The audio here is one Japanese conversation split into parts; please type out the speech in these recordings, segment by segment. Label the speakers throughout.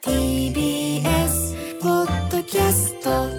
Speaker 1: TBS ポッドキャスト。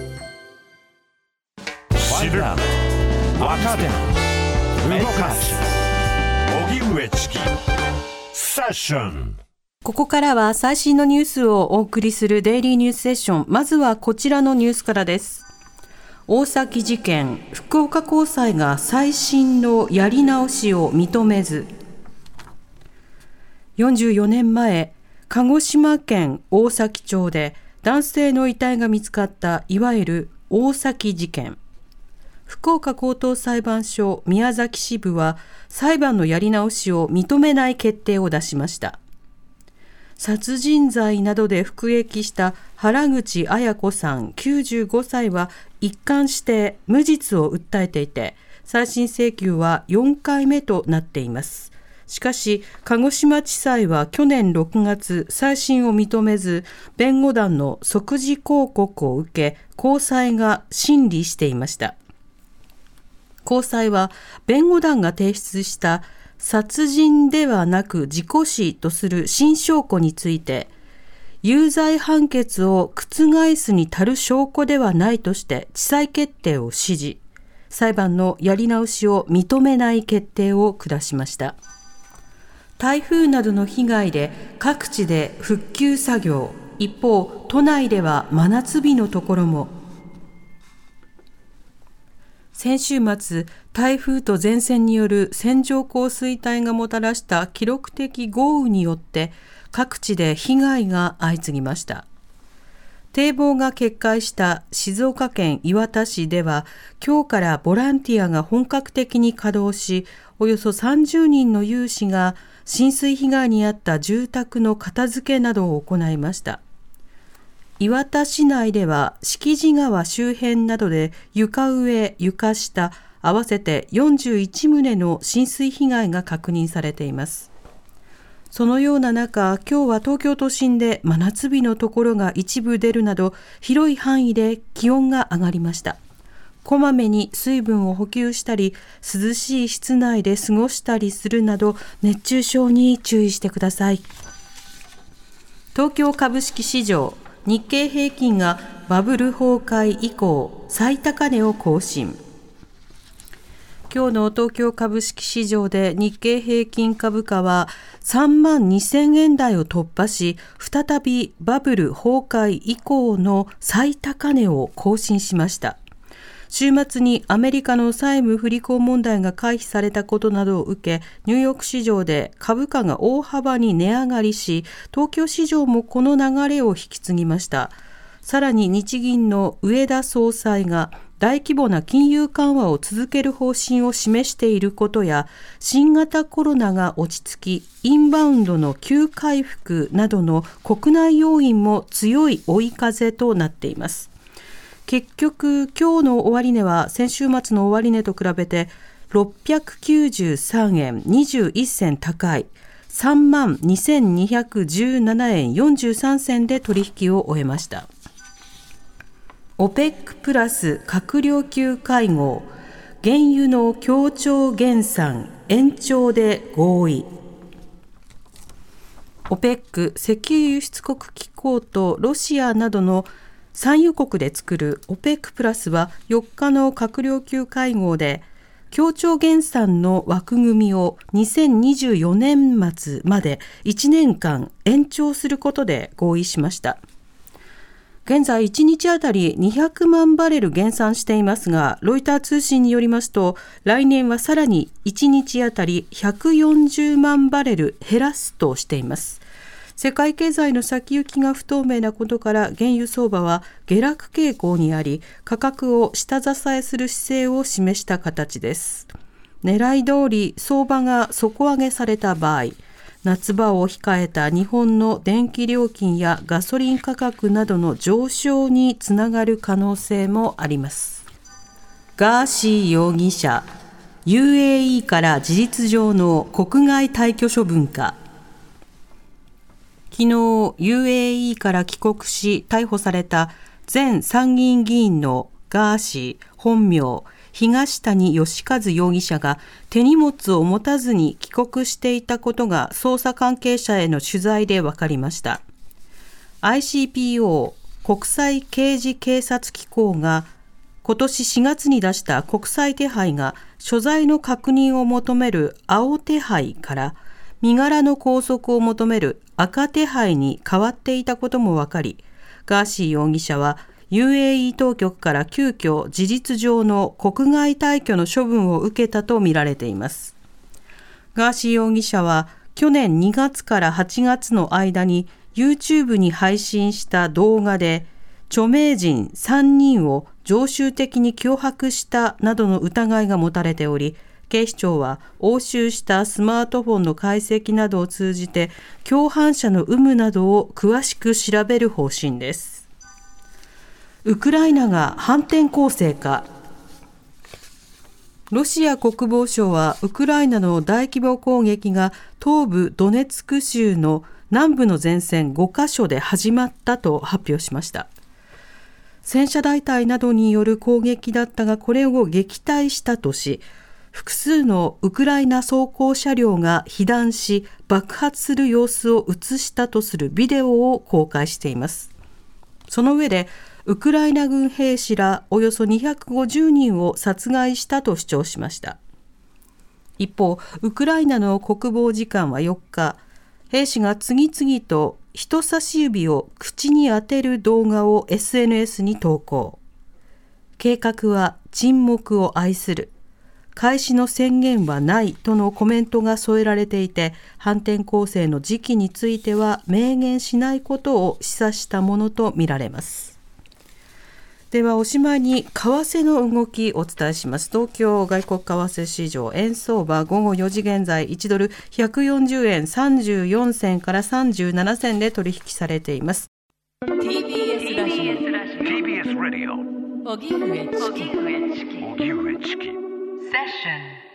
Speaker 2: 知る、若手、動かす、荻上チキセッション。
Speaker 3: ここからは最新のニュースをお送りするデイリーニュースセッション。まずはこちらのニュースからです。大崎事件、福岡高裁が再審のやり直しを認めず。44年前、鹿児島県大崎町で男性の遺体が見つかったいわゆる大崎事件。福岡高等裁判所宮崎支部は裁判のやり直しを認めない決定を出しました。殺人罪などで服役した原口ア子さん95歳は一貫して無実を訴えていて、再審請求は4回目となっています。しかし、鹿児島地裁は去年6月、再審を認めず、弁護団の即時抗告を受け、高裁が審理していました。高裁は、弁護団が提出した殺人ではなく事故死とする新証拠について、有罪判決を覆すに足る証拠ではないとして地裁決定を支持、裁判のやり直しを認めない決定を下しました。台風などの被害で各地で復旧作業、一方都内では真夏日のところも。先週末、台風と前線による線状降水帯がもたらした記録的豪雨によって各地で被害が相次ぎました。堤防が決壊した静岡県磐田市では今日からボランティアが本格的に稼働し、およそ30人の有志が浸水被害に遭った住宅の片付けなどを行いました。磐田市内では敷地川周辺などで床上・床下合わせて41棟の浸水被害が確認されています。そのような中、今日は東京都心で真夏日のところが一部出るなど広い範囲で気温が上がりました。こまめに水分を補給したり、涼しい室内で過ごしたりするなど熱中症に注意してください。東京株式市場、日経平均がバブル崩壊以降最高値を更新。今日の東京株式市場で日経平均株価は3万2000円台を突破し、再びバブル崩壊以降の最高値を更新しました。週末にアメリカの債務不履行問題が回避されたことなどを受け、ニューヨーク市場で株価が大幅に値上がりし、東京市場もこの流れを引き継ぎました。さらに日銀の植田総裁が大規模な金融緩和を続ける方針を示していることや、新型コロナが落ち着き、インバウンドの急回復などの国内要因も強い追い風となっています。結局、今日の終値は先週末の終値と比べて693円21銭高い 32,217 円43銭で取引を終えました。OPEC プラス閣僚級会合、原油の協調減産延長で合意。OPEC 石油輸出国機構とロシアなどの産油国で作る OPEC プラスは4日の閣僚級会合で協調減産の枠組みを2024年末まで1年間延長することで合意しました。現在1日あたり200万バレル減産していますが、ロイター通信によりますと、来年はさらに1日あたり140万バレル減らすとしています。世界経済の先行きが不透明なことから原油相場は下落傾向にあり、価格を下支えする姿勢を示した形です。狙い通り相場が底上げされた場合、夏場を控えた日本の電気料金やガソリン価格などの上昇につながる可能性もあります。ガーシー容疑者、UAE から事実上の国外退去処分か。昨日 UAE から帰国し逮捕された前参議院議員のガーシー本名東谷義和容疑者が手荷物を持たずに帰国していたことが捜査関係者への取材で分かりました。 ICPO 国際刑事警察機構が今年4月に出した国際手配が所在の確認を求める青手配から身柄の拘束を求める赤手配に変わっていたことも分かり、ガーシー容疑者は UAE 当局から急遽事実上の国外退去の処分を受けたとみられています。ガーシー容疑者は去年2月から8月の間に YouTube に配信した動画で著名人3人を常習的に脅迫したなどの疑いが持たれており、警視庁は押収したスマートフォンの解析などを通じて共犯者の有無などを詳しく調べる方針です。ウクライナが反転攻勢か。ロシア国防省はウクライナの大規模攻撃が東部ドネツク州の南部の前線5カ所で始まったと発表しました。戦車大隊などによる攻撃だったが、これを撃退したとし、複数のウクライナ装甲車両が被弾し爆発する様子を映したとするビデオを公開しています。その上でウクライナ軍兵士らおよそ250人を殺害したと主張しました。一方、ウクライナの国防次官は4日、兵士が次々と人差し指を口に当てる動画を SNS に投稿。計画は沈黙を愛する。開始の宣言はないとのコメントが添えられていて、反転攻勢の時期については明言しないことを示唆したものとみられます。ではおしまいに為替の動きお伝えします。東京外国為替市場円相場午後4時現在1ドル140円34銭から37銭で取引されています。
Speaker 1: TBS ラジオ
Speaker 2: TBS ラジオ
Speaker 1: 荻上チキ
Speaker 2: 荻上チキ
Speaker 1: セッション